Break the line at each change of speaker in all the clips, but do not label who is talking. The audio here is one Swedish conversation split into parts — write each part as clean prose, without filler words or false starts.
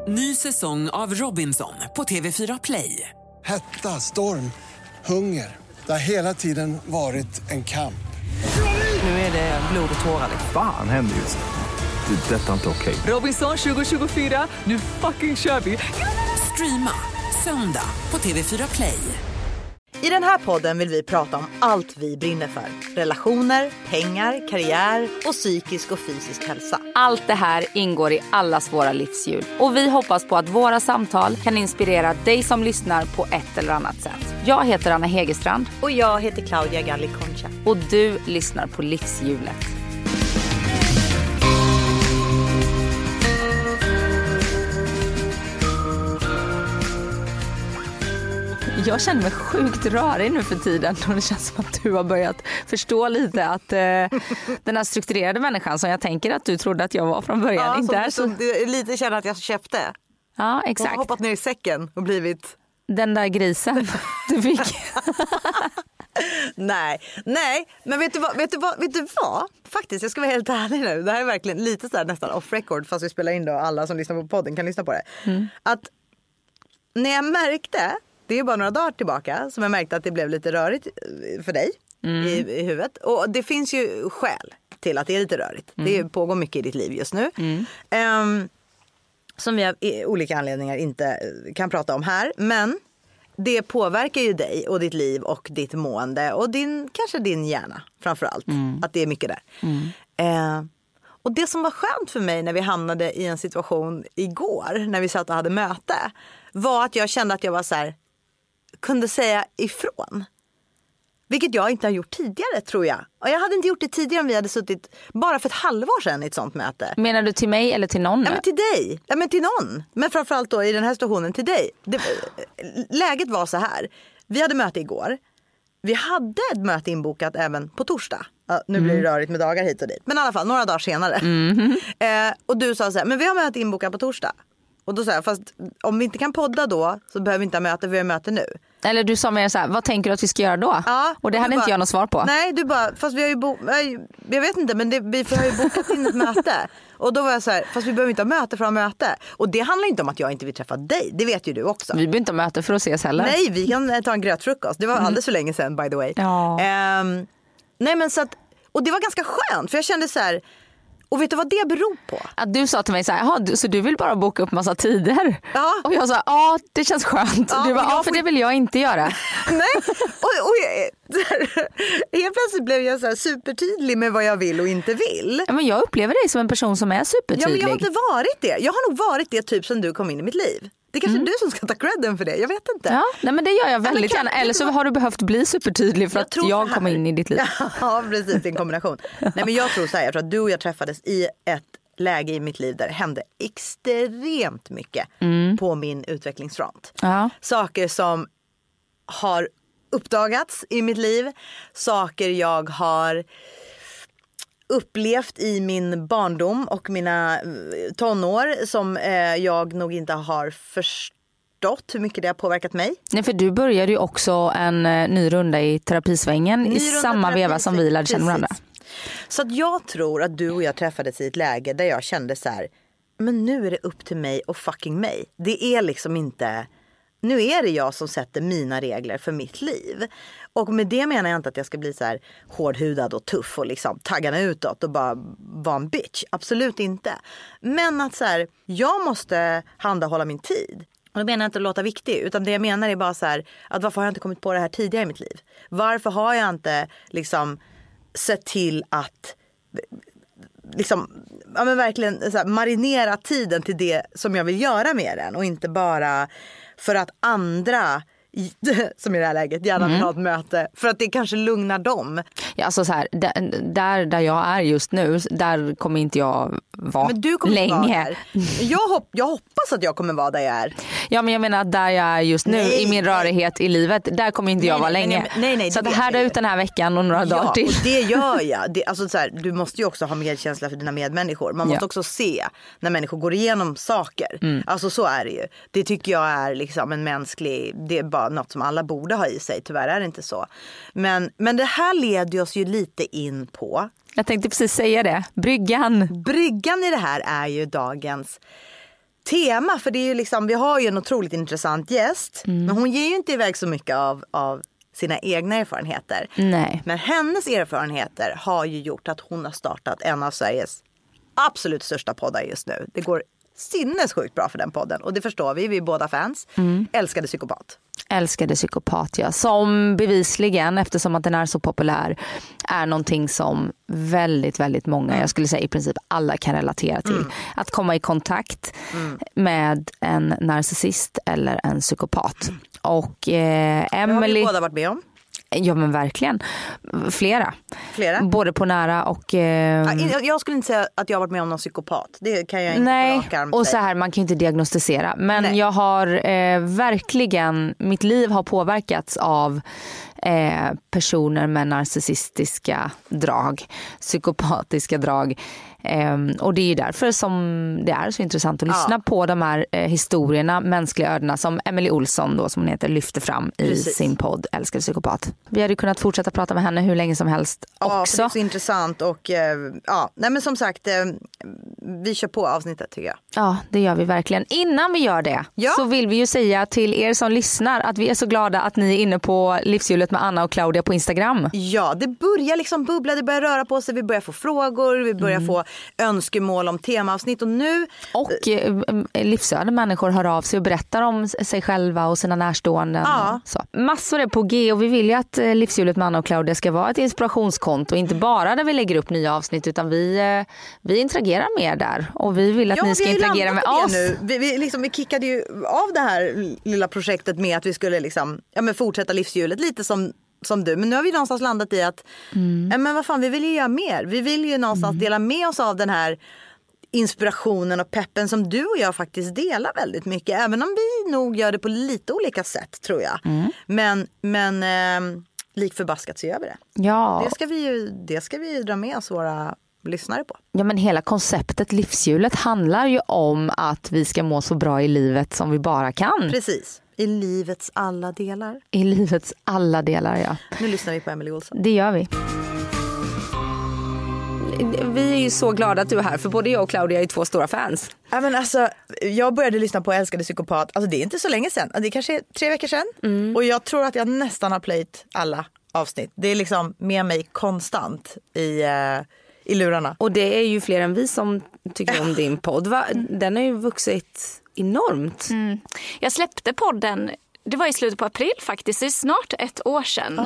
Ny säsong av Robinson på TV4 Play.
Hetta, storm, hunger. Det har hela tiden varit en kamp.
Nu är det blod och tårar.
Fan händer just nu. Det. Detta är inte okej.
Robinson 2024, nu fucking kör vi. Streama söndag på TV4 Play.
I den här podden vill vi prata om allt vi brinner för. Relationer, pengar, karriär och psykisk och fysisk hälsa.
Allt det här ingår i allas våra livshjul. Och vi hoppas på att våra samtal kan inspirera dig som lyssnar på ett eller annat sätt. Jag heter Anna Hegerstrand.
Och jag heter Claudia Galli Concha.
Och du lyssnar på Livshjulet. Jag känner mig sjukt rörig nu för tiden och det känns som att du har börjat förstå lite att den här strukturerade människan som jag tänker att du trodde att jag var från början inte är så.
Lite känner att jag köpte.
Ja, exakt.
Jag har hoppat ner i säcken och blivit
den där grisen du fick.
Nej, men vet du vad? Faktiskt, jag ska vara helt ärlig nu. Det här är verkligen lite så här nästan off record fast vi spelar in då alla som lyssnar på podden kan lyssna på det. Att när jag märkte, det är bara några dagar tillbaka som jag märkte att det blev lite rörigt för dig i huvudet. Och det finns ju skäl till att det är lite rörigt. Det pågår mycket i ditt liv just nu. Som vi av olika anledningar inte kan prata om här. Men det påverkar ju dig och ditt liv och ditt mående. Och kanske din hjärna framförallt. Att det är mycket där. Och det som var skönt för mig när vi hamnade i en situation igår. När vi satt och hade möte. Var att jag kände att jag var så här, kunde säga ifrån. Vilket jag inte har gjort tidigare tror jag. Och jag hade inte gjort det tidigare om vi hade suttit bara för ett halvår sedan i ett sånt möte.
Menar du till mig eller till någon?
Ja men till dig. Ja men till någon. Men framförallt då i den här situationen till dig. Läget var så här. Vi hade möte igår. Vi hade ett möte inbokat även på torsdag. Ja, nu blir det rörigt med dagar hit och dit. Men i alla fall några dagar senare. Och du sa så här, men vi har möte inbokat på torsdag. Och då sa jag, fast om vi inte kan podda då så behöver vi inte ha möte, vi har möte nu.
Eller du sa mer så här, vad tänker du att vi ska göra då?
Ja,
och det hade inte jag något svar på.
Nej, du bara, fast vi har ju jag vet inte, men vi har ju bokat in ett möte. Och då var jag så här, fast vi behöver inte ha möte för att ha möte. Och det handlar inte om att jag inte vill träffa dig, det vet ju du också.
Vi behöver inte ha möte för att ses heller.
Nej, vi kan ta en grötfrukost, det var alldeles för länge sedan by the way.
Ja.
Nej men så att, och det var ganska skönt, för jag kände så här. Och vet du vad det beror på?
Att du sa till mig så här, så du vill bara boka upp massa tider?
Ja.
Och jag sa, ja det känns skönt.
Ja,
du bara, för det vill jag inte göra.
Nej, och helt plötsligt blev jag så här supertydlig med vad jag vill och inte vill.
Ja, men jag upplever dig som en person som är supertydlig.
Ja men jag har inte varit det. Jag har nog varit det typ sen du kom in i mitt liv. Det är kanske du som ska ta credden för det, jag vet inte.
Ja, nej, men det gör jag väldigt gärna. Eller så har du behövt bli supertydlig för att jag kom in i ditt liv.
Ja, precis, det är en kombination. Nej, men jag tror så här, jag tror att du och jag träffades i ett läge i mitt liv där det hände extremt mycket på min utvecklingsfront.
Ja.
Saker som har uppdagats i mitt liv, saker jag har upplevt i min barndom och mina tonår som jag nog inte har förstått hur mycket det har påverkat mig.
Nej, för du började ju också en ny runda i terapisvängen i samma veva som vi lärde känna varandra.
Så att jag tror att du och jag träffades i ett läge där jag kände så här, men nu är det upp till mig och fucking mig. Det är liksom inte, nu är det jag som sätter mina regler för mitt liv. Och med det menar jag inte att jag ska bli så här hårdhudad och tuff och liksom taggarna utåt och bara vara en bitch. Absolut inte. Men att så här, jag måste handhålla min tid. Och då menar jag inte att låta viktig, utan det jag menar är bara så här, att varför har jag inte kommit på det här tidigare i mitt liv? Varför har jag inte liksom sett till att liksom, ja men verkligen så här, marinera tiden till det som jag vill göra med den och inte bara för att andra som i det här läget gärna vill ha ett möte för att det kanske lugnar dem.
Ja, alltså så här, där jag är just nu, där kommer inte jag vara
men du kommer
länge.
Vara där. Jag hoppas att jag kommer vara där jag är.
Ja, men jag menar att där jag är just nu i min rörighet i livet, där kommer inte jag vara länge.
Nej,
så att här är ut den här veckan och några dagar till.
Och det gör jag. Alltså så här, du måste ju också ha medkänsla för dina medmänniskor. Man måste också se när människor går igenom saker. Alltså så är det ju. Det tycker jag är liksom en mänsklig, det är bara något som alla borde ha i sig. Tyvärr är det inte så. Men det här leder oss ju lite in på.
Jag tänkte precis säga det. Bryggan.
Bryggan i det här är ju dagens tema, för det är ju liksom, vi har ju en otroligt intressant gäst, men hon ger ju inte iväg så mycket av sina egna erfarenheter.
Nej.
Men hennes erfarenheter har ju gjort att hon har startat en av Sveriges absolut största poddar just nu. Det går sinnessjukt bra för den podden, och det förstår vi är båda fans. Älskade psykopat.
Älskade psykopat, ja. Som bevisligen, eftersom att den är så populär, är någonting som väldigt, väldigt många, jag skulle säga i princip alla, kan relatera till. Att komma i kontakt med en narcissist eller en psykopat. Och Emily...
Det har vi båda varit med om.
Ja, men verkligen. Flera. Både på nära och...
Jag skulle inte säga att jag har varit med om någon psykopat. Det kan jag inte på rak arm säga.
Och så här, man kan ju inte diagnostisera. Men jag har verkligen... Mitt liv har påverkats av personer med narcissistiska drag. Psykopatiska drag. Och det är ju därför som det är så intressant att lyssna på de här historierna, mänskliga ödena, som Emily Olsson då, som hon heter, lyfter fram i sin podd Älskade psykopat. Vi hade kunnat fortsätta prata med henne hur länge som helst också.
Det är så intressant, och nej, men som sagt, vi kör på avsnittet, tycker jag.
Ja, det gör vi verkligen. Innan vi gör det så vill vi ju säga till er som lyssnar att vi är så glada att ni är inne på Livshjulet med Anna och Claudia på Instagram. Ja,
det börjar liksom bubbla, det börjar röra på sig, vi börjar få frågor, vi börjar få önskemål om temaavsnitt, och nu...
Och livsödande människor hör av sig och berättar om sig själva och sina närstående.
Ja.
Så. Massor är på G, och vi vill ju att Livshjulet med Anna och Claudia ska vara ett inspirationskonto, inte bara där vi lägger upp nya avsnitt, utan vi interagerar mer där, och vi vill att ni ska interagera med oss.
Nu. Vi kickade ju av det här lilla projektet med att vi skulle liksom, fortsätta livshjulet lite som du, men nu har vi någonstans landat i att men vad fan, vi vill ju göra mer. Vi vill ju någonstans dela med oss av den här inspirationen och peppen som du och jag faktiskt delar väldigt mycket, även om vi nog gör det på lite olika sätt, tror jag. Men lik förbaskat så gör vi det.
Ja.
Det ska vi ju dra med oss våra lyssnare på.
Ja, men hela konceptet livshjulet handlar ju om att vi ska må så bra i livet som vi bara kan.
Precis. I livets alla delar.
I livets alla delar, ja.
Nu lyssnar vi på Emily Olsson.
Det gör vi. Vi är ju så glada att du är här, för både jag och Claudia är 2 stora fans.
Ja, men alltså, jag började lyssna på Älskade psykopat, alltså det är inte så länge sedan. Det är kanske 3 veckor sedan. Och jag tror att jag nästan har playt alla avsnitt. Det är liksom med mig konstant i lurarna.
Och det är ju fler än vi som tycker om din podd. Den har ju vuxit enormt.
Jag släppte podden, det var i slutet på april faktiskt, det är snart 1 år sedan.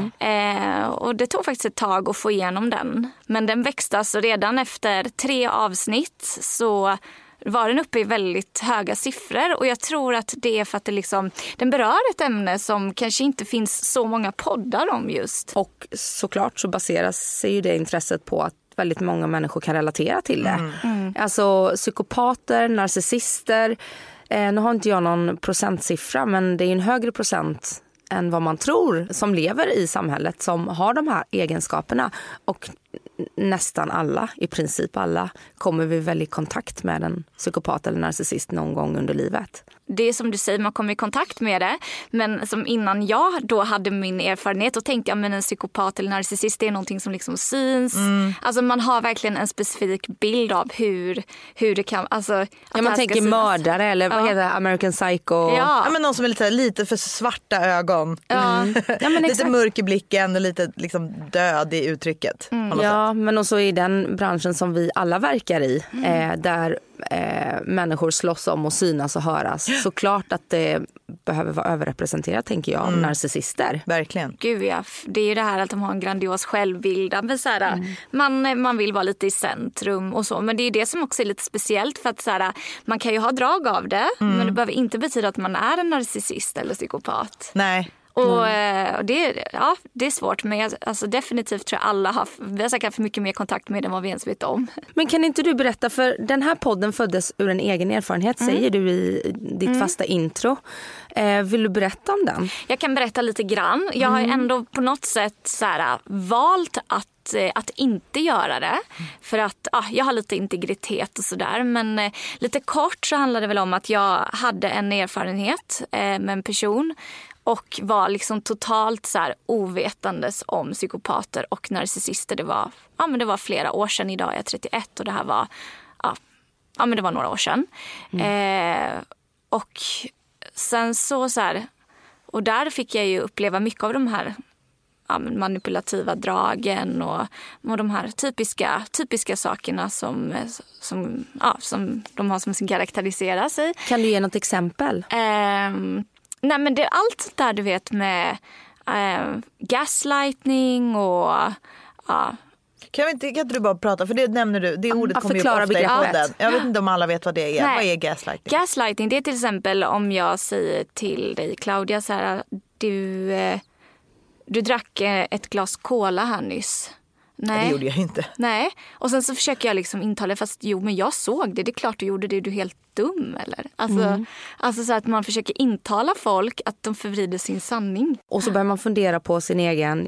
Och det tog faktiskt ett tag att få igenom den. Men den växte alltså redan efter 3 avsnitt, så var den uppe i väldigt höga siffror. Och jag tror att det är för att den berör ett ämne som kanske inte finns så många poddar om just.
Och såklart så baseras sig ju det intresset på att väldigt många människor kan relatera till det. Alltså psykopater, narcissister. Nu har inte jag någon procentsiffra, men det är en högre procent än vad man tror som lever i samhället som har de här egenskaperna. Och nästan alla, i princip alla, kommer vi väl i kontakt med en psykopat eller narcissist någon gång under livet.
Det är som du säger, man kommer i kontakt med det. Men som innan jag då hade min erfarenhet, och tänkte jag, men en psykopat eller narcissist, det är någonting som liksom syns. Alltså man har verkligen en specifik bild av hur det kan... Alltså,
man tänker mördare eller vad heter det? American Psycho.
Ja, men någon som är lite för svarta ögon.
Ja, men
lite mörk i blicken och lite liksom död i uttrycket.
Ja, men också i den branschen som vi alla verkar i, där människor slåss om och synas och höras. Såklart att det behöver vara överrepresenterat, tänker jag, av narcissister.
Verkligen.
Gud ja, det är ju det här att de har en grandios självbild. Men så här, man vill vara lite i centrum och så. Men det är ju det som också är lite speciellt, för att så här, man kan ju ha drag av det, men det behöver inte betyda att man är en narcissist eller psykopat.
Nej.
Och det är svårt, men alltså definitivt tror jag alla vi har säkert haft mycket mer kontakt med den vad vi ens vet om.
Men kan inte du berätta, för den här podden föddes ur en egen erfarenhet, säger du i ditt fasta intro. Vill du berätta om den?
Jag kan berätta lite grann. Jag har ändå på något sätt så här, valt att inte göra det. För att jag har lite integritet och sådär. Men lite kort så handlar det väl om att jag hade en erfarenhet med en person. Och var liksom totalt så här ovetandes om psykopater och narcissister. Det var flera år sedan, idag är jag 31, och det här var ja men det var några år sedan. Och sen så här, och där fick jag ju uppleva mycket av de här manipulativa dragen och de här typiska sakerna som de har som sin karaktärisera sig.
Kan du ge något exempel?
Nej men det är allt där du vet med gaslightning och
Kan inte du bara prata, för det nämner du, det ordet kommer ju upp ofta i podden. Jag vet inte om alla vet vad det är. Nej. Vad är gaslighting?
Gaslighting, det är till exempel om jag säger till dig Claudia så här, du drack ett glas cola här nyss. Nej,
det gjorde jag inte.
Nej, och sen så försöker jag liksom intala, fast men jag såg det. Det är klart du gjorde det, du är helt dum eller? Alltså så att man försöker intala folk att de förvrider sin sanning.
Och så börjar man fundera på sin egen,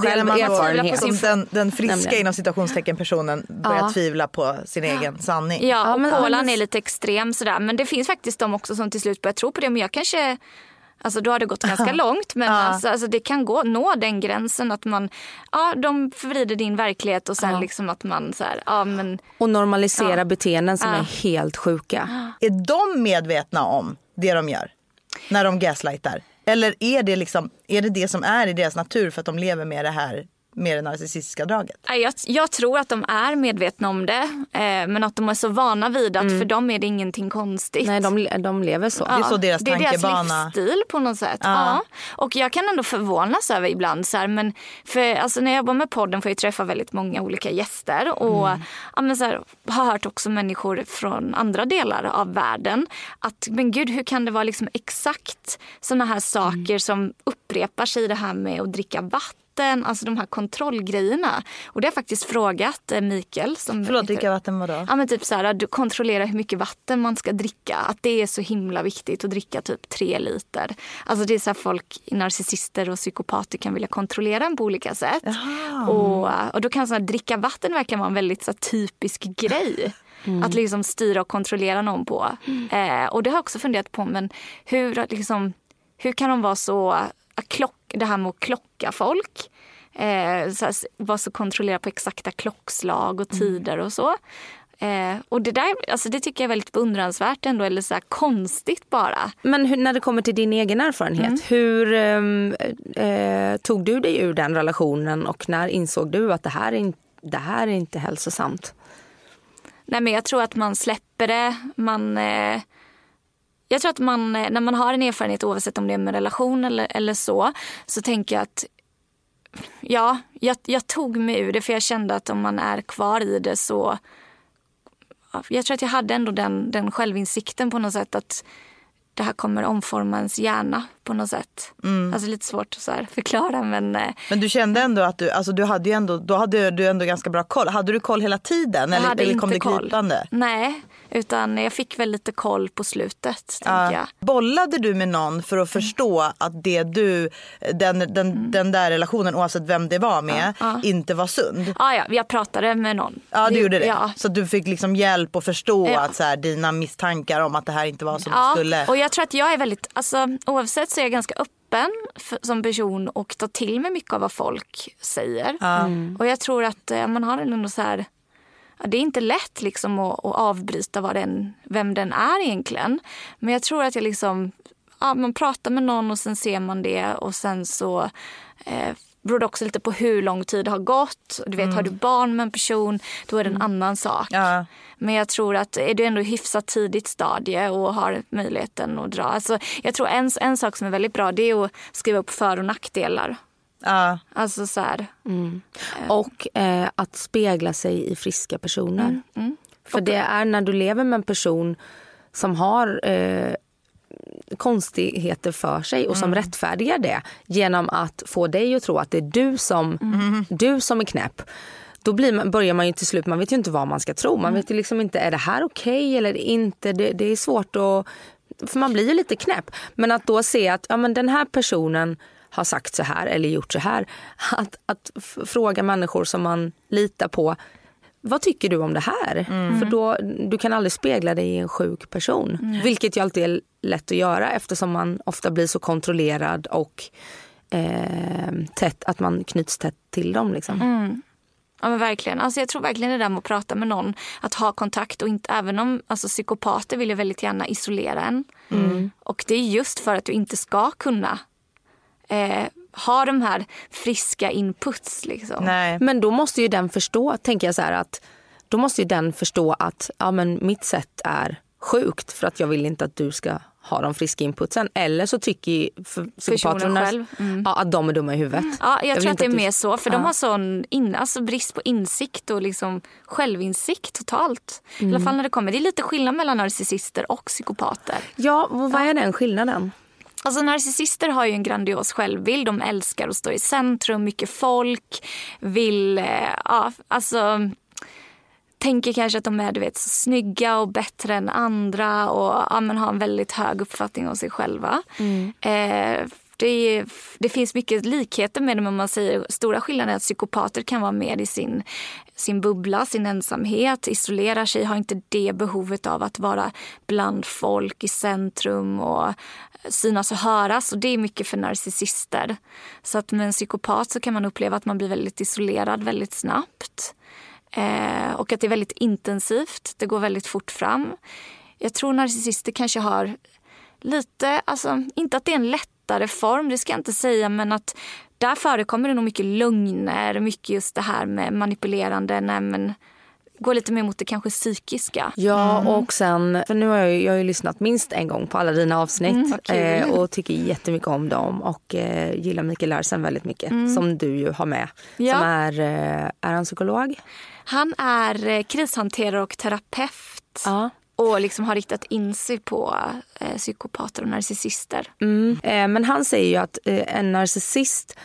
den friska inom citationstecken personen börjar tvivla på sin egen sanning.
Ja, och kolan är lite extrem sådär. Men det finns faktiskt de också som till slut börjar tro på det. Men jag kanske... Alltså då har det gått ganska långt, men alltså det kan nå den gränsen att man, de förvrider din verklighet och sen liksom att man så här, men... Och
normalisera beteenden som är helt sjuka.
Är de medvetna om det de gör när de gaslightar? Eller är det som är i deras natur för att de lever med det här, med det narcissistiska draget?
Jag tror att de är medvetna om det, men att de är så vana vid att för dem är det ingenting konstigt.
Nej, de lever så.
Det är så deras tankebana.
Det är deras livsstil på något sätt. Ja. Och jag kan ändå förvånas över ibland så här, men för alltså när jag jobbar med podden får jag träffa väldigt många olika gäster och men så här, har hört också människor från andra delar av världen att men gud, hur kan det vara liksom exakt såna här saker som upprepar sig, det här med att dricka vatten. Alltså de här kontrollgrejerna. Och det har jag faktiskt frågat Mikael.
Dricka vatten vadå?
Ja men typ så här, du kontrollerar hur mycket vatten man ska dricka. Att det är så himla viktigt att dricka typ 3 liter. Alltså det är så här folk, narcissister och psykopater kan vilja kontrollera en på olika sätt. Och då kan så här, dricka vatten verkligen vara en väldigt så här, typisk grej. Att liksom styra och kontrollera någon på. Och det har jag också funderat på, men hur kan de vara så... det här med att klocka folk, vara så kontrollerad på exakta klockslag och tider och så. Och det där, alltså det tycker jag är väldigt beundransvärt ändå, eller så här konstigt bara.
Men när det kommer till din egen erfarenhet, hur tog du dig ur den relationen och när insåg du att det här är inte hälsosamt?
Nej, men jag tror att man släpper det, jag tror att när man har en erfarenhet, oavsett om det är med relation eller så tänker jag att jag tog mig ur det, för jag kände att om man är kvar i det så... Jag tror att jag hade ändå den självinsikten på något sätt att det här kommer omforma ens hjärna på något sätt. Alltså lite svårt att så här förklara, men
du kände ändå att då hade du ändå ganska bra koll. Hade du koll hela tiden eller kom det krypande?
Nej, utan jag fick väl lite koll på slutet, tänker jag.
Bollade du med någon för att förstå att den där relationen, oavsett vem det var med, inte var sund?
Ja, jag pratade med någon.
Ja, du gjorde det. Ja. Så du fick liksom hjälp att förstå att så här, dina misstankar om att det här inte var som det skulle.
Och jag tror att jag är väldigt, alltså oavsett så är jag ganska öppen som person och tar till mig mycket av vad folk säger. Och jag tror att man har ändå så här... Det är inte lätt liksom att avbryta vem den är egentligen. Men jag tror att jag liksom, man pratar med någon och sen ser man det och sen så beror det också lite på hur lång tid det har gått. Du vet, har du barn med en person, då är det en annan sak. Ja. Men jag tror att är du ändå hyfsat tidigt stadie och har möjligheten att dra. Alltså, jag tror en sak som är väldigt bra, det är att skriva upp för- och nackdelar. Alltså så här.
Och att spegla sig i friska personer. För det är när du lever med en person som har konstigheter för sig och som rättfärdigar det genom att få dig att tro att det är du som är knäpp. Då börjar man ju till slut, man vet ju inte vad man ska tro. Man vet ju liksom inte, är det här okej eller inte? Det är svårt att, för man blir ju lite knäpp. Men att då se att men den här personen har sagt så här eller gjort så här. Att fråga människor som man litar på, vad tycker du om det här? För då, du kan aldrig spegla dig i en sjuk person. Vilket ju alltid är lätt att göra eftersom man ofta blir så kontrollerad och tätt, att man knyts tätt till dem. Liksom.
Ja, men verkligen. Alltså jag tror verkligen det där med att prata med någon, att ha kontakt och inte, även om alltså, psykopater vill ju väldigt gärna isolera en. Och det är just för att du inte ska kunna ha de här friska inputs liksom.
Nej.
Men då måste ju den förstå, tänker jag så här, att då måste ju den förstå att ja, men mitt sätt är sjukt för att jag vill inte att du ska ha de friska inputsen. Eller så tycker psykopaterna
själv.
att de är dumma i huvudet.
Ja, jag tror att det är mer så. För de har sån alltså brist på insikt och liksom självinsikt totalt. I alla fall när det kommer. Det är lite skillnad mellan narcissister och psykopater.
Ja, och vad är den skillnaden?
Alltså narcissister har ju en grandios självbild. De älskar att stå i centrum, mycket folk. Vill, tänker kanske att de är så snygga och bättre än andra. Och men har en väldigt hög uppfattning om sig själva. Det finns mycket likheter med dem, om man säger stora skillnader är att psykopater kan vara med i sin bubbla, sin ensamhet, isolerar sig, har inte det behovet av att vara bland folk i centrum och synas och höras, och det är mycket för narcissister. Så att med en psykopat så kan man uppleva att man blir väldigt isolerad väldigt snabbt och att det är väldigt intensivt, det går väldigt fort fram. Jag tror narcissister kanske har lite, alltså inte att det är en lättare form, det ska jag inte säga, men att där förekommer det nog mycket lögner, mycket just det här med manipulerande, går lite mer mot det kanske psykiska.
Ja, och sen, för nu har jag har ju lyssnat minst en gång på alla dina avsnitt och tycker jättemycket om dem och gillar Mikael Larsen väldigt mycket, som du ju har med.
Ja.
Som är han psykolog?
Han är krishanterare och terapeut.
Ja.
Och liksom har riktat in sig på psykopater och narcissister.
Men han säger ju att en narcissist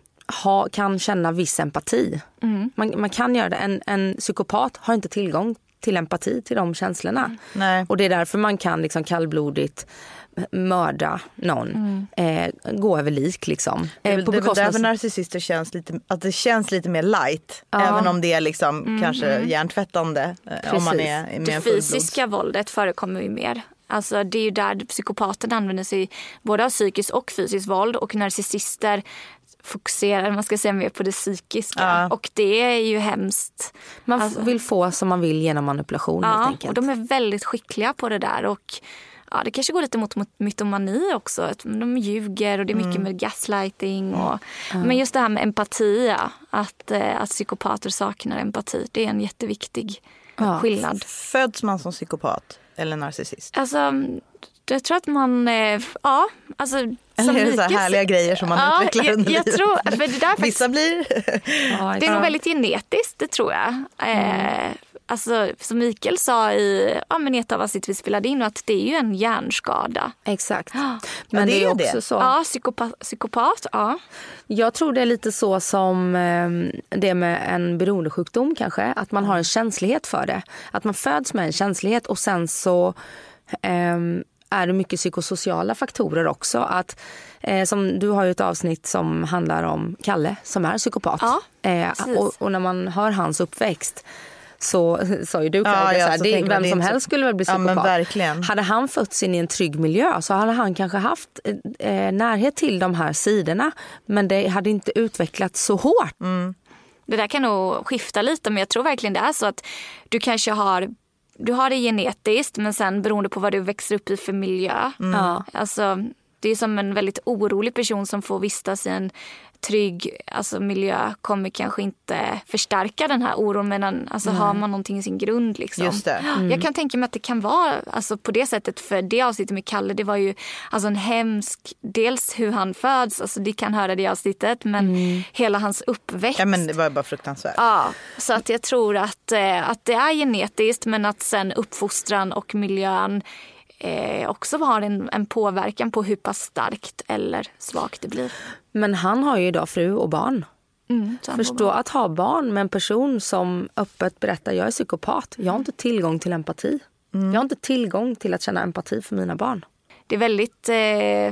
kan känna viss empati. Man kan göra det. En psykopat har inte tillgång till empati, till de känslorna.
Nej.
Och det är därför man kan liksom kallblodigt mörda någon. Gå över lik liksom.
Det är därför narcissister känns lite mer light. Även om det är liksom kanske hjärntvättande. Om man är med
det fysiska våldet förekommer ju mer. Alltså det är ju där psykopaten använder sig både av psykiskt och fysiskt våld, och narcissister fokuserar, man ska säga, mer på det psykiska. Och det är ju hemskt.
Man vill få som man vill genom manipulation helt enkelt. Och
de är väldigt skickliga på det där, och det kanske går lite mot mytomani också. De ljuger och det är mycket med gaslighting. Men just det här med empati, att psykopater saknar empati, det är en jätteviktig skillnad.
Föds man som psykopat eller narcissist?
Alltså, jag tror att man, alltså...
Eller är det så här härliga grejer som man utvecklar under livet?
Jag tror, för det där
vissa blir...
det är nog väldigt genetiskt, det tror jag. Alltså, som Mikael sa i ett av avsnitt vi spelade in, att det är ju en hjärnskada.
Exakt. Men det är också så.
Ja, psykopat, ja.
Jag tror det är lite så som det med en beroendesjukdom kanske. Att man har en känslighet för det. Att man föds med en känslighet, och sen så är det mycket psykosociala faktorer också. Att, som du har ju ett avsnitt som handlar om Kalle som är psykopat. Och när man hör hans uppväxt, så sa ju du vem som helst skulle väl bli psykopat.
Ja, men verkligen.
Hade han fötts in i en trygg miljö så hade han kanske haft närhet till de här sidorna, men det hade inte utvecklats så hårt.
Det där kan nog skifta lite, men jag tror verkligen det är så att du kanske har det genetiskt, men sen beroende på vad du växer upp i för miljö. Alltså, det är som en väldigt orolig person som får vistas i en trygg miljö kommer kanske inte förstärka den här oron, men har man någonting i sin grund liksom.
Just det.
Jag kan tänka mig att det kan vara på det sättet, för det avsnittet med Kalle, det var ju en hemsk, dels hur han föds, det kan höra det avsnittet, men hela hans uppväxt.
Ja, men det var bara fruktansvärt.
Ja, så att jag tror att det är genetiskt, men att sen uppfostran och miljön också har en påverkan på hur pass starkt eller svagt det blir. Men
han har ju idag fru och barn. Förstå att ha barn med en person som öppet berättar, jag är psykopat. Jag har inte tillgång till empati. Jag har inte tillgång till att känna empati för mina barn.
Det är väldigt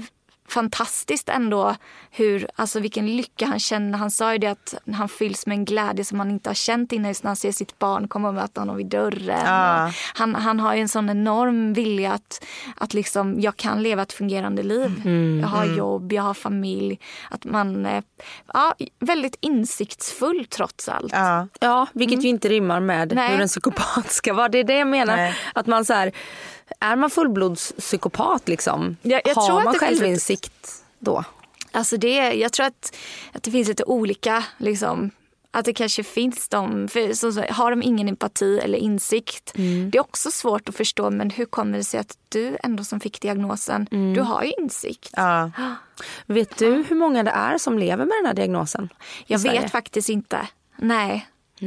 fantastiskt ändå alltså vilken lycka han känner. Han sa ju det att han fylls med en glädje som han inte har känt innan, just när han ser sitt barn komma och möta honom vid dörren. Han har ju en sån enorm vilja att liksom, jag kan leva ett fungerande liv. Jag har jobb, jag har familj. Att man är väldigt insiktsfull trots allt.
Ja, vilket ju inte rimmar med hur en psykopat ska vara. Det är det jag menar. Nej. Att man så här, är man fullblodspsykopat liksom? Jag har tror man självinsikt då?
Alltså jag tror att det finns lite olika liksom, att det kanske finns för har de ingen empati eller insikt. Det är också svårt att förstå, men hur kommer det sig att du ändå som fick diagnosen, du har ju insikt.
Vet du hur många det är som lever med den här diagnosen?
Jag vet faktiskt inte. Nej.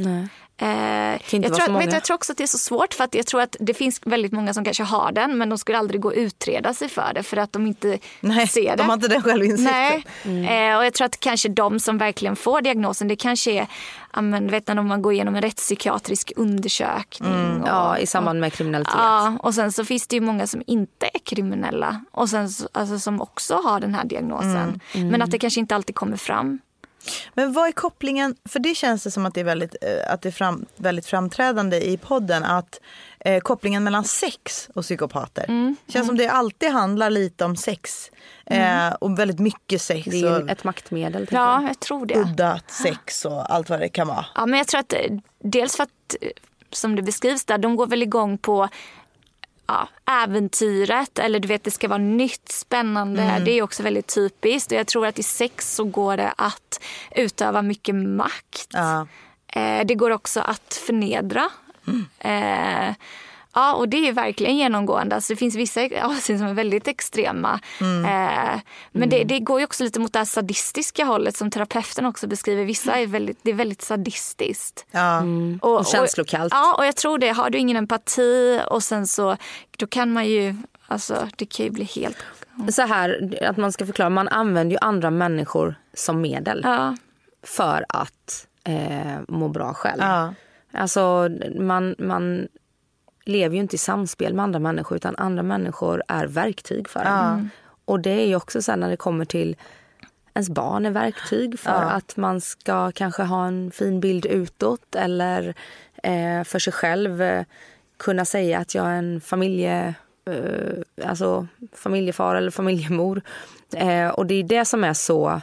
Jag tror också att det är så svårt, för att jag tror att det finns väldigt många som kanske har den, men de skulle aldrig gå och utreda sig för det för att de inte ser det.
De har inte den självinsikten.
Och jag tror att kanske de som verkligen får diagnosen, det kanske är när man går igenom en rättspsykiatrisk undersökning.
I samband med kriminalitet.
Ja, och sen så finns det ju många som inte är kriminella och sen alltså, som också har den här diagnosen. Men att det kanske inte alltid kommer fram.
Men vad är kopplingen, för det känns det som att det är väldigt framträdande i podden, att kopplingen mellan sex och psykopater. Känns som det alltid handlar lite om sex och väldigt mycket sex.
Det är ju ett maktmedel.
Jag tror det.
Udda sex och allt vad det kan vara.
Ja, men jag tror att dels för att, som det beskrivs där, de går väl igång på äventyret, eller du vet, det ska vara nytt, spännande. Det är också väldigt typiskt, och jag tror att i sex så går det att utöva mycket makt. Det går också att förnedra. Och det är verkligen genomgående. Alltså det finns vissa avsnitt som är väldigt extrema. Men det går ju också lite mot det här sadistiska hållet som terapeuten också beskriver. Vissa är väldigt sadistiskt.
Och känslokallt.
Och jag tror det. Har du ingen empati och sen så, då kan man ju, alltså det kan ju bli helt...
Så här, att man ska förklara, man använder ju andra människor som medel för att må bra själv. Alltså man lever ju inte i samspel med andra människor, utan andra människor är verktyg för en. Och det är ju också så här, när det kommer till ens barn är verktyg för att man ska kanske ha en fin bild utåt, eller för sig själv kunna säga att jag är en familjefar eller familjemor. Och det är det som är så...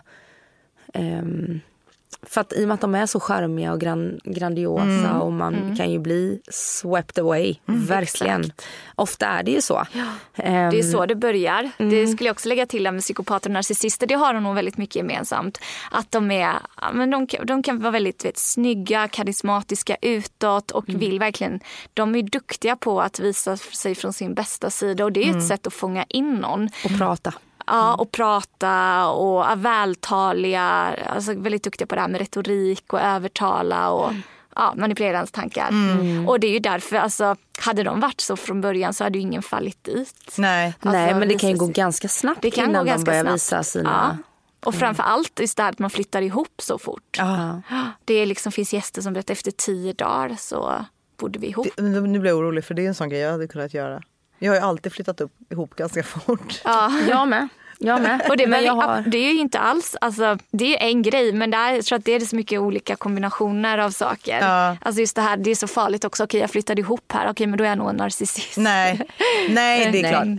För att i och med att de är så charmiga och grandiosa och man kan ju bli swept away, verkligen. Exakt. Ofta är det ju så.
Det är så det börjar. Det skulle jag också lägga till med psykopater och narcissister. Det har de nog väldigt mycket gemensamt. Att de kan vara väldigt snygga, karismatiska utåt och vill verkligen, de är duktiga på att visa sig från sin bästa sida, och det är ett sätt att fånga in någon.
Och prata.
Ja, och prata och är vältaliga, alltså väldigt duktiga på det här med retorik och övertala och manipulera ens tankar. Och det är ju därför, alltså, hade de varit så från början så hade ju ingen fallit dit.
Nej,
men det kan ju gå ganska snabbt. Det kan innan de börjar visa sina...
Och framför allt just det här att man flyttar ihop så fort. Det är liksom, finns gäster som berättar efter 10 dagar så bodde vi ihop.
Nu blir jag orolig, för det är en sån grej jag hade kunnat göra. Jag har ju alltid flyttat ihop ganska fort.
Jag med. Och det är ju inte alls, alltså, det är en grej, men jag tror att det är så mycket olika kombinationer av saker. Alltså just det här, det är så farligt också. Okej, jag flyttade ihop här. Okej, men då är jag nog en narcissist.
Nej, det är klart.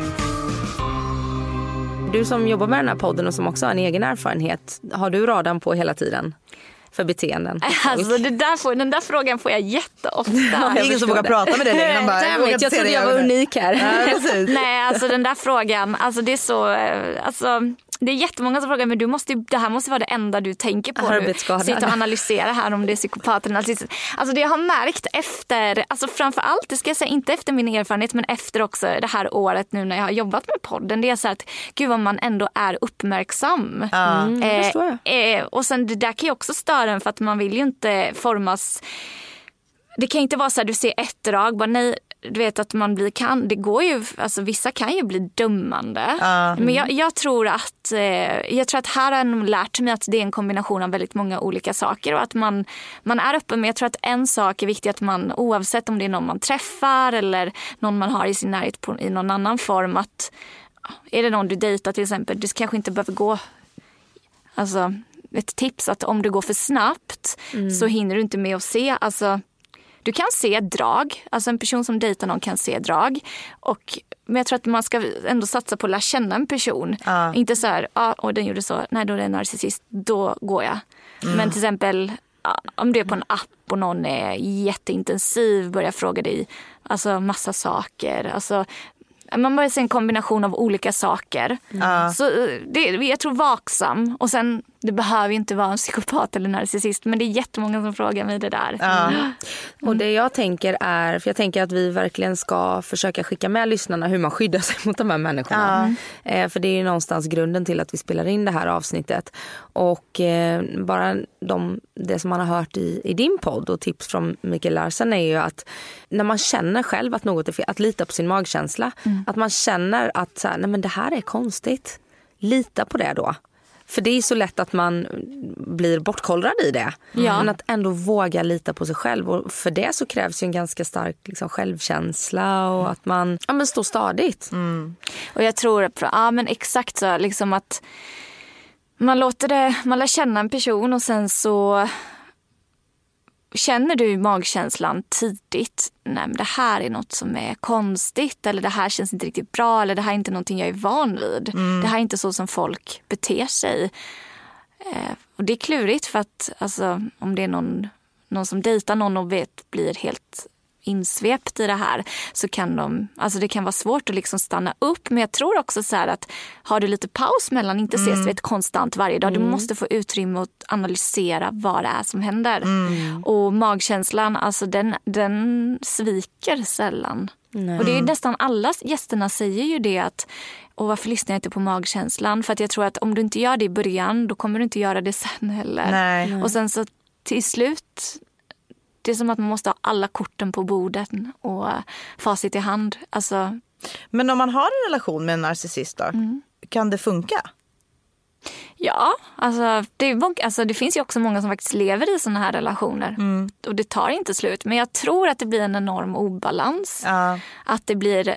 Du som jobbar med den här podden och som också har en egen erfarenhet, har du radan på hela tiden för beteenden?
Alltså den där frågan får jag jätteofta.
Det är ingen som vågar prata med dig längre.
Jag trodde jag var unik här.
Nej, alltså den där frågan, alltså det är så, alltså det är jättemånga som frågar, men det här måste vara det enda du tänker på nu. Sitta och analysera här om det är psykopater. Alltså det jag har märkt efter, alltså framförallt, det ska jag säga, inte efter min erfarenhet, men efter också det här året nu när jag har jobbat med podden, det är så att gud vad man ändå är uppmärksam. Och sen det där kan ju också störa en, för att man vill ju inte formas. Det kan inte vara så att du ser ett drag, bara nej, du vet att man det går ju, alltså vissa kan ju bli dömande. Men jag tror att här har jag nog lärt mig att det är en kombination av väldigt många olika saker, och att man är öppen. Men jag tror att en sak är viktigt, att man, oavsett om det är någon man träffar eller någon man har i sin närhet i någon annan form, är det någon du dejtar till exempel, du kanske inte behöver gå, alltså ett tips att om du går för snabbt så hinner du inte med att se, alltså du kan se drag, alltså en person som dejtar någon kan se drag, men jag tror att man ska ändå satsa på att lära känna en person. Inte så här, och den gjorde så, nej då är det en narcissist, då går jag. Men till exempel om du är på en app och någon är jätteintensiv, börjar fråga dig alltså massa saker, alltså man börjar se en kombination av olika saker. Så jag tror vaksam. Och sen, det behöver inte vara en psykopat eller narcissist, men det är jättemånga som frågar mig det där.
Och det jag tänker är, för jag tänker att vi verkligen ska försöka skicka med lyssnarna hur man skyddar sig mot de här människorna. För det är ju någonstans grunden till att vi spelar in det här avsnittet. Och bara det som man har hört i din podd och tips från Mikael Larsen är ju att när man känner själv att något är fel, att lita på sin magkänsla. Att man känner att så här, nej men det här är konstigt. Lita på det då. För det är så lätt att man blir bortkollrad i det. Men att ändå våga lita på sig själv. Och för det så krävs ju en ganska stark liksom, självkänsla och att man står stadigt.
Och jag tror men exakt så liksom att man lär känna en person och sen så känner du magkänslan tidigt, nej men det här är något som är konstigt eller det här känns inte riktigt bra eller det här är inte någonting jag är van vid. Det här är inte så som folk beter sig. Och det är klurigt för att alltså, om det är någon som dejtar någon och blir helt insvept i det här så kan det kan vara svårt att liksom stanna upp, men jag tror också så här att har du lite paus mellan, inte ses vid ett konstant varje dag, du måste få utrymme att analysera vad det är som händer. Och magkänslan, alltså den sviker sällan. Och det är nästan alla gästerna säger ju det att och varför lyssnar jag inte på magkänslan? För att jag tror att om du inte gör det i början, då kommer du inte göra det sen heller. Nej. Och sen så till slut, det är som att man måste ha alla korten på bordet och facit i hand. Alltså.
Men om man har en relation med en narcissist då, kan det funka?
Ja, alltså det finns ju också många som faktiskt lever i såna här relationer. Och det tar inte slut. Men jag tror att det blir en enorm obalans. Att det blir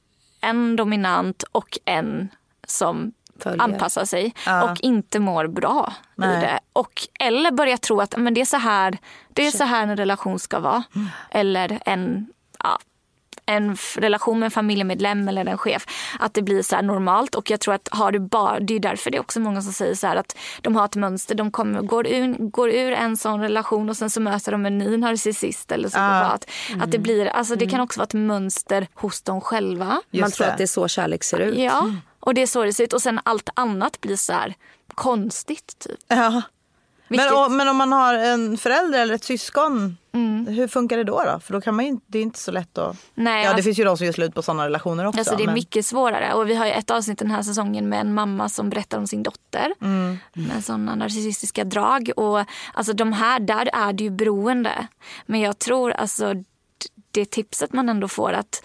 en dominant och en som anpassar sig och inte mår bra i det. Eller börjar tro att men det är så här en relation ska vara. Eller en relation med en familjemedlem eller en chef, att det blir så här normalt. Och jag tror att det är därför det är också många som säger så här att de har ett mönster, de går ur en sån relation och sen så möter de en ny narcissist eller så. Att det blir, alltså det kan också vara ett mönster hos dem själva.
Man tror att det är så kärlek ser ut.
Ja, och det är så det ser ut och sen allt annat blir så här konstigt typ.
Ja. Men om man har en förälder eller ett syskon, hur funkar det då? För då kan man det är inte så lätt att... Nej, det finns ju de som gör slut på sådana relationer också.
Alltså det är mycket svårare. Och vi har ju ett avsnitt den här säsongen med en mamma som berättar om sin dotter med sådana narcissistiska drag. Och alltså där är det ju beroende. Men jag tror alltså det tipset man ändå får att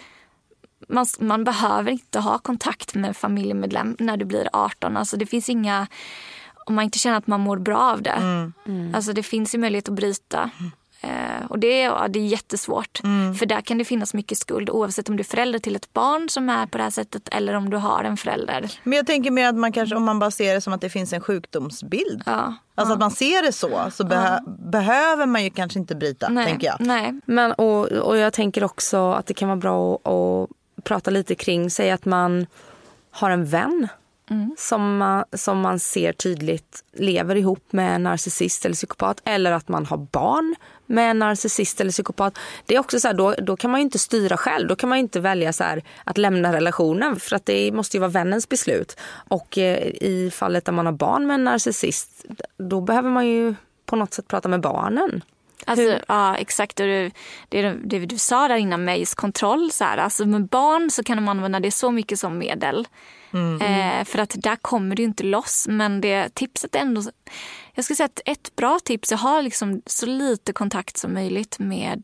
man behöver inte ha kontakt med familjemedlem när du blir 18. Alltså det finns inga... Om man inte känner att man mår bra av det. Alltså det finns ju möjlighet att bryta. Och det är jättesvårt. För där kan det finnas mycket skuld. Oavsett om du är förälder till ett barn som är på det här sättet. Eller om du har en förälder.
Men jag tänker mer att man kanske, om man bara ser det som att det finns en sjukdomsbild. Alltså att man ser det så behöver man ju kanske inte bryta, tänker jag.
Nej.
Men, och jag tänker också att det kan vara bra att prata lite kring. Säg att man har en vän. Som man ser tydligt lever ihop med en narcissist eller psykopat, eller att man har barn med en narcissist eller psykopat. Det är också så här, då kan man ju inte styra själv. Då kan man ju inte välja så här att lämna relationen, för att det måste ju vara vännens beslut. Och i fallet där man har barn med en narcissist, då behöver man ju på något sätt prata med barnen.
Alltså, ja, exakt. Och det du sa där innan med just kontroll. Så här. Alltså, med barn så kan man använda det så mycket som medel. För att där kommer du inte loss. Men det tipset är ändå... Jag skulle säga att ett bra tips är att ha liksom så lite kontakt som möjligt med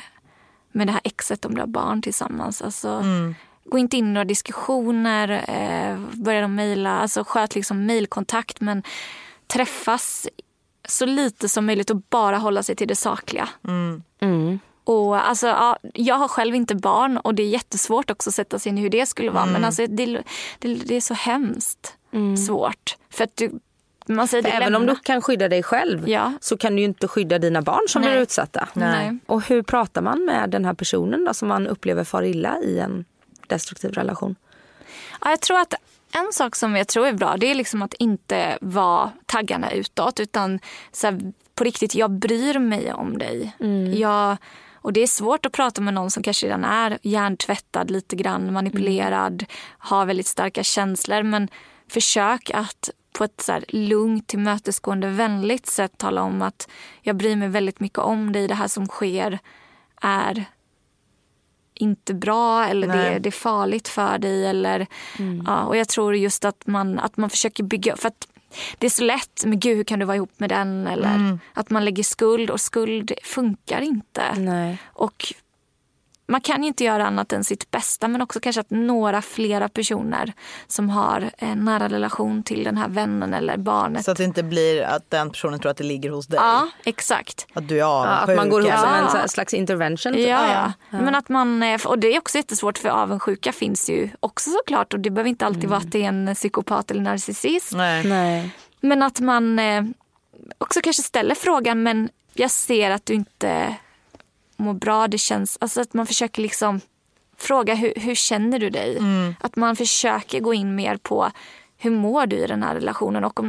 det här exet om du har barn tillsammans. Alltså, gå inte in i några diskussioner. Börja de mejla. Alltså, sköt liksom mejlkontakt, men träffas så lite som möjligt och bara hålla sig till det sakliga. Och alltså, ja, jag har själv inte barn och det är jättesvårt också att sätta sig in i hur det skulle vara. Men alltså, det är så hemskt svårt. För att man säger
även om du kan skydda dig själv så kan du ju inte skydda dina barn som blir utsatta.
Nej.
Och hur pratar man med den här personen då, som man upplever far illa i en destruktiv relation?
Ja, jag tror att en sak som jag tror är bra, det är liksom att inte vara taggarna utåt, utan så här, på riktigt, jag bryr mig om dig. Och det är svårt att prata med någon som kanske redan är hjärntvättad, lite grann manipulerad, har väldigt starka känslor, men försök att på ett så här lugnt, tillmötesgående, vänligt sätt tala om att jag bryr mig väldigt mycket om dig, det här som sker är inte bra, eller det är farligt för dig, eller och jag tror just att man försöker bygga, för att det är så lätt, men gud, hur kan du vara ihop med den, eller att man lägger skuld, och skuld funkar inte.
Nej.
Och man kan ju inte göra annat än sitt bästa, men också kanske att flera personer som har en nära relation till den här vännen eller barnet.
Så att det inte blir att den personen tror att det ligger hos dig.
Ja, exakt.
Att du är avundsjuk.
Att man går ihop som en slags intervention. Typ.
Ja. Men att man, och det är också jättesvårt, för avundsjuka finns ju också såklart, och det behöver inte alltid vara att det är en psykopat eller narcissist.
Nej.
Men att man också kanske ställer frågan, men jag ser att du inte mår bra, det känns, alltså att man försöker liksom fråga hur känner du dig? Att man försöker gå in mer på hur mår du i den här relationen, och om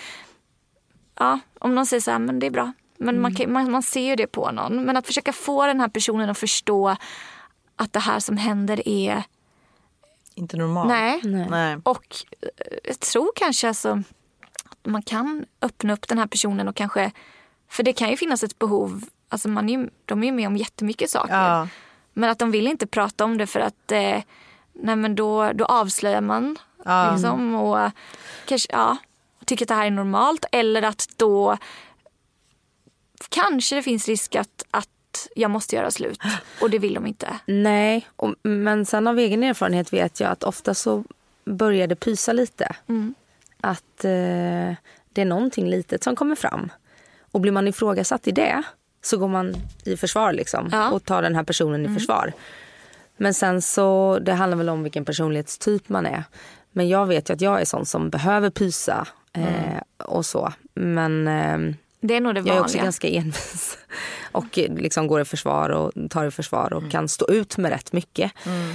någon säger så här, men det är bra, men man ser ju det på någon, men att försöka få den här personen att förstå att det här som händer är
inte normalt.
Nej. Och jag tror kanske alltså att man kan öppna upp den här personen, och kanske, för det kan ju finnas ett behov. Alltså de är ju med om jättemycket saker. Ja. Men att de vill inte prata om det, för att men då avslöjar man. Liksom, och kanske tycker att det här är normalt. Eller att då kanske det finns risk att jag måste göra slut. Och det vill de inte.
Nej, men sen av egen erfarenhet vet jag att ofta så börjar det pysa lite. Att det är någonting litet som kommer fram. Och blir man ifrågasatt i det, så går man i försvar liksom, och tar den här personen i försvar. Men sen så, det handlar väl om vilken personlighetstyp man är. Men jag vet ju att jag är sån som behöver pysa och så. Men
det är nog det vanliga.
Jag är också ganska envis. Och liksom går i försvar och tar i försvar och kan stå ut med rätt mycket.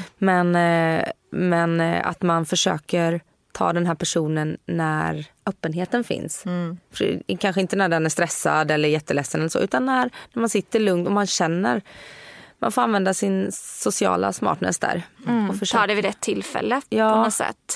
Men att man försöker ta den här personen när öppenheten finns. För kanske inte när den är stressad eller jätteledsen eller så, utan när man sitter lugnt och man känner, man får använda sin sociala smartness där. Och
ta det vid rätt tillfälle på något sätt.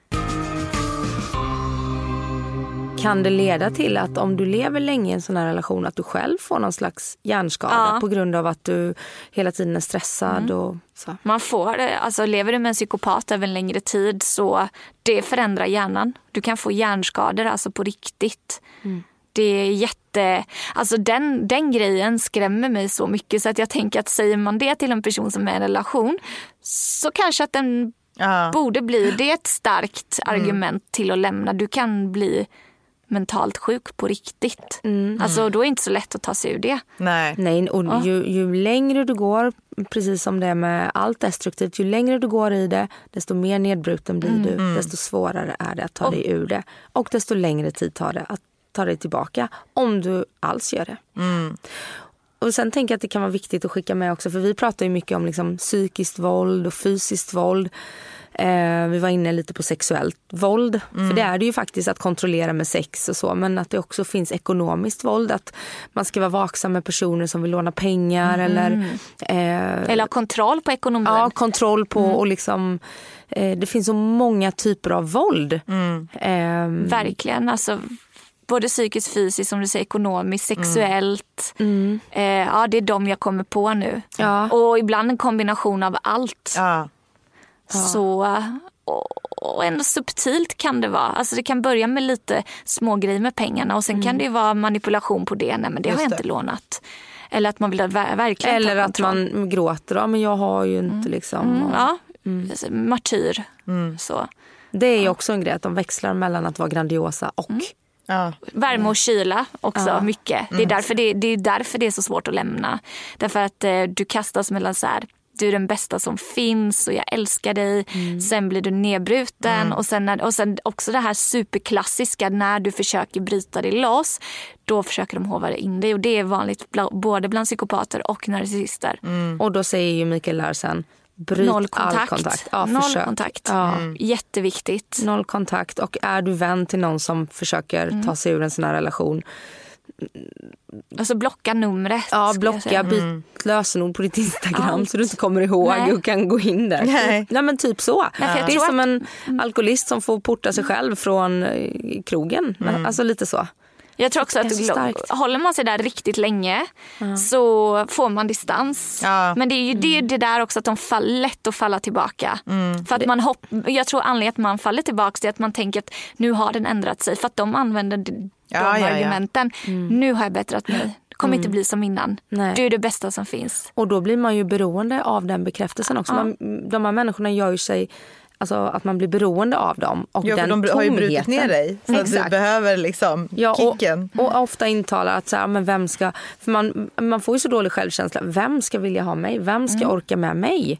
Kan det leda till att om du lever länge i en sån här relation, att du själv får någon slags hjärnskada på grund av att du hela tiden är stressad och så? Man får,
alltså lever du med en psykopat över en längre tid, så det förändrar hjärnan. Du kan få hjärnskador, alltså på riktigt. Det är alltså den grejen skrämmer mig så mycket, så att jag tänker att säger man det till en person som är i en relation, så kanske att den borde bli, det är ett starkt argument till att lämna. Du kan bli mentalt sjuk på riktigt. Alltså då är det inte så lätt att ta sig ur det.
Nej, och ju längre du går, precis som det är med allt destruktivt, ju längre du går i det, desto mer nedbruten blir du, desto svårare är det att ta dig ur det. Och desto längre tid tar det att ta dig tillbaka, om du alls gör det. Och sen tänker jag att det kan vara viktigt att skicka med också, för vi pratar ju mycket om liksom psykiskt våld och fysiskt våld. Vi var inne lite på sexuellt våld. För det är det ju faktiskt, att kontrollera med sex och så. Men att det också finns ekonomiskt våld. Att man ska vara vaksam med personer som vill låna pengar. Eller
ha kontroll på ekonomin.
Ja, kontroll på och liksom... det finns så många typer av våld.
Verkligen, alltså... Både psykiskt, fysiskt, som du säger, ekonomiskt, sexuellt. Ja, det är de jag kommer på nu. Och ibland en kombination av allt. Så, och ändå subtilt kan det vara. Alltså det kan börja med lite små grejer med pengarna, och sen kan det ju vara manipulation på det. Nej, men det har jag inte lånat. Eller att man vill verkligen
eller att man gråter, men jag har ju inte liksom.
Martyr. Så.
Det är ju också en grej att de växlar mellan att vara grandiosa och
Värme och kyla också mycket. Det är därför det är så svårt att lämna. Därför att du kastas mellan så här, du är den bästa som finns och jag älskar dig. Sen blir du nedbruten och sen också det här superklassiska när du försöker bryta dig loss, då försöker de hova in dig, och det är vanligt både bland psykopater och narcissister.
Och då säger ju Mikael Larsen, bryt all kontakt. Ja,
Noll kontakt. Jätteviktigt.
Noll kontakt. Och är du vän till någon som försöker ta sig ur en sån här relation,
alltså blocka numret.
Ja, blocka, byt lösenord på ditt Instagram så du inte kommer ihåg och kan gå in där. Nej men typ så. Det är som en alkoholist som får porta sig själv från krogen. Alltså lite så.
Jag tror också att håller man sig där riktigt länge så får man distans. Men det är ju det där också att de lätt att falla tillbaka. För att jag tror anledningen att man faller tillbaka är att man tänker att nu har den ändrat sig. För att de använder de argumenten. Nu har jag bättrat mig. Det kommer inte bli som innan. Nej. Du är det bästa som finns.
Och då blir man ju beroende av den bekräftelsen också. De här människorna gör ju sig... Alltså att man blir beroende av dem. Och den
de har ju brutit ner dig. Så att du behöver liksom kicken.
Och ofta intalar att så här, men vem ska... För man får ju så dålig självkänsla. Vem ska vilja ha mig? Vem ska orka med mig?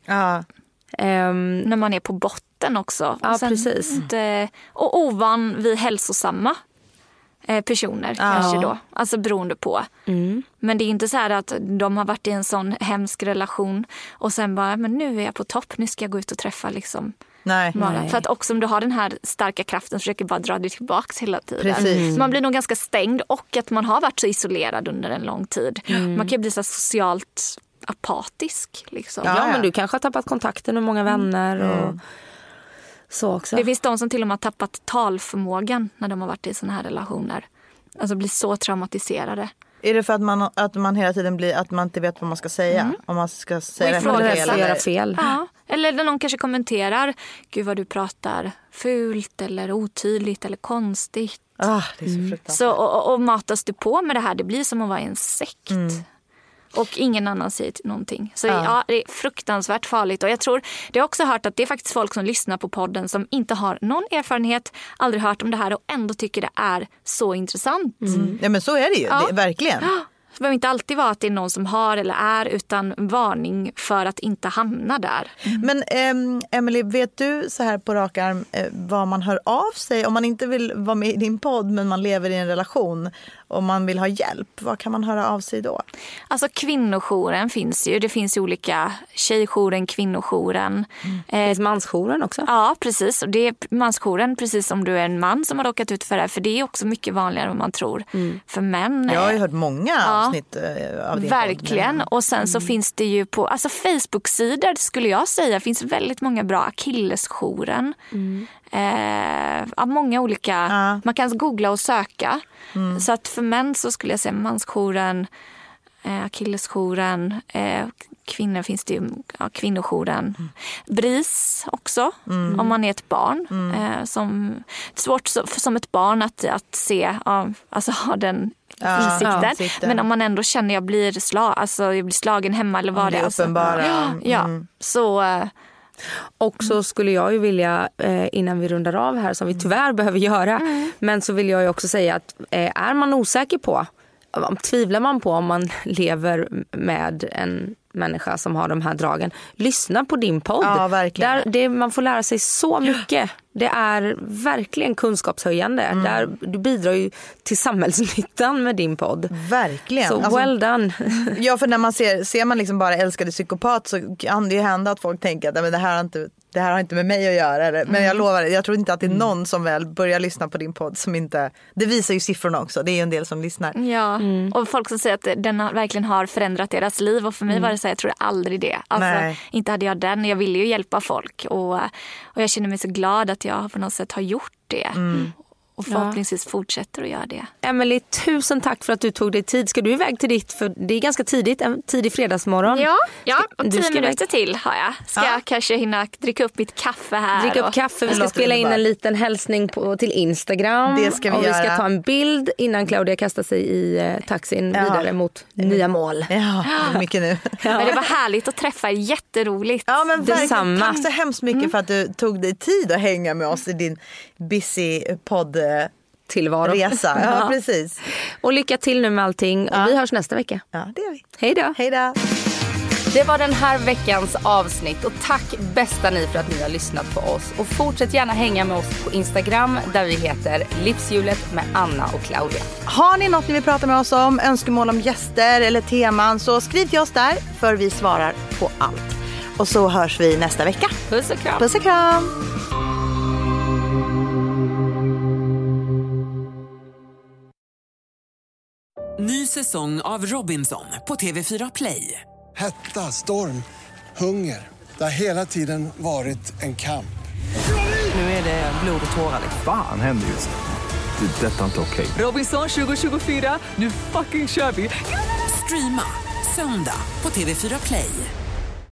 När man är på botten också.
Ja, precis.
Och ovan vid hälsosamma personer kanske då. Alltså beroende på. Men det är inte så här att de har varit i en sån hemsk relation och sen bara, men nu är jag på topp. Nu ska jag gå ut och träffa liksom... Nej. För att också om du har den här starka kraften så försöker bara dra dig tillbaka hela tiden. Så man blir nog ganska stängd, och att man har varit så isolerad under en lång tid. Man kan bli så socialt apatisk liksom.
Ja, men du kanske har tappat kontakten med många vänner och så också.
Det finns de som till och med har tappat talförmågan när de har varit i såna här relationer. Alltså blir så traumatiserade.
Är det för att man hela tiden blir att man inte vet vad man ska säga? Om man ska säga
fel.
Ja. Eller när någon kanske kommenterar, gud vad du pratar fult eller otydligt eller konstigt.
Det är så fruktansvärt.
Och matas du på med det här, det blir som att vara i en sekt. Och ingen annan säger någonting. Så det är fruktansvärt farligt. Och jag tror, det har också hört att det är faktiskt folk som lyssnar på podden som inte har någon erfarenhet, aldrig hört om det här och ändå tycker det är så intressant.
Ja, men så är det ju, det är verkligen.
Det behöver inte alltid vara att det är någon som har eller är, utan varning för att inte hamna där.
Men Emily, vet du så här på rak arm vad man hör av sig om man inte vill vara med i din podd men man lever i en relation och man vill ha hjälp? Vad kan man höra av sig då?
Alltså kvinnojouren finns ju. Det finns ju olika tjejjouren, kvinnojouren.
Det finns mansjouren också.
Ja, precis. Och det är mansjouren precis som du är en man som har råkat ut för det här. För det är också mycket vanligare än vad man tror. För män.
Jag har ju hört många avsnitt av din
verkligen.
Podd.
Och sen så finns det ju på Facebook-sidor skulle jag säga. Finns väldigt många bra. Akillesjouren. Många olika. Man kan googla och söka. Så att för män så skulle jag säga mansjouren, akillesjouren, kvinnor finns det ju, kvinnojouren. BRIS också, om man är ett barn. Svårt som ett barn att se, alltså ha den insikten. Men om man ändå känner jag blir slagen hemma eller vad det är.
Uppenbara.
Så...
Och så skulle jag ju vilja, innan vi rundar av här, som vi tyvärr behöver göra, men så vill jag ju också säga att är man osäker på, tvivlar man på om man lever med en människa som har de här dragen, lyssna på din podd.
Ja, verkligen.
Man får lära sig så mycket. Det är verkligen kunskapshöjande. Du bidrar ju till samhällsnyttan med din podd.
Verkligen.
Så well done.
Ja, för när man ser man liksom bara älskade psykopat så kan det ju hända att folk tänker att det här har inte med mig att göra. Men jag lovar, jag tror inte att det är någon som väl börjar lyssna på din podd som inte... Det visar ju siffrorna också, det är ju en del som lyssnar.
Ja, och folk som säger att den verkligen har förändrat deras liv. Och för mig var det så, jag tror aldrig det. Alltså, inte hade jag den. Jag ville ju hjälpa folk. Och jag känner mig så glad att jag på något sätt har gjort det. Och förhoppningsvis fortsätter att göra det.
Emily, tusen tack för att du tog dig tid. Ska du iväg till ditt, för det är ganska tidigt, en tidig fredagsmorgon.
Ja, och 10 minuter till har jag. Ska jag kanske hinna dricka upp mitt kaffe här.
Dricka upp kaffe, vi ska spela in en liten hälsning till Instagram.
Det ska vi
och
göra.
Vi ska ta en bild innan Claudia kastar sig i taxin vidare mot nya mål.
Ja, mycket nu.
Men det var härligt att träffa, jätteroligt.
Ja, men verkligen,
detsamma.
tack så hemskt mycket för att du tog dig tid att hänga med oss i din busy podd
tillvaro.
Resa, ja precis.
Och lycka till nu med allting. Och vi hörs nästa vecka.
Ja, det gör vi.
Hej då.
Hej då.
Det var den här veckans avsnitt och tack bästa ni för att ni har lyssnat på oss. Och fortsätt gärna hänga med oss på Instagram där vi heter Livshjulet med Anna och Claudia.
Har ni något ni vill prata med oss om, önskemål om gäster eller teman, så skriv till oss där, för vi svarar på allt. Och så hörs vi nästa vecka.
Puss och kram.
Puss och kram.
Ny säsong av Robinson på TV4 Play.
Hetta, storm, hunger. Det har hela tiden varit en kamp.
Nu är det blod och tårar.
Fan händer just det. Det är detta inte okej.
Robinson 2024, nu fucking kör vi. Streama söndag på TV4 Play.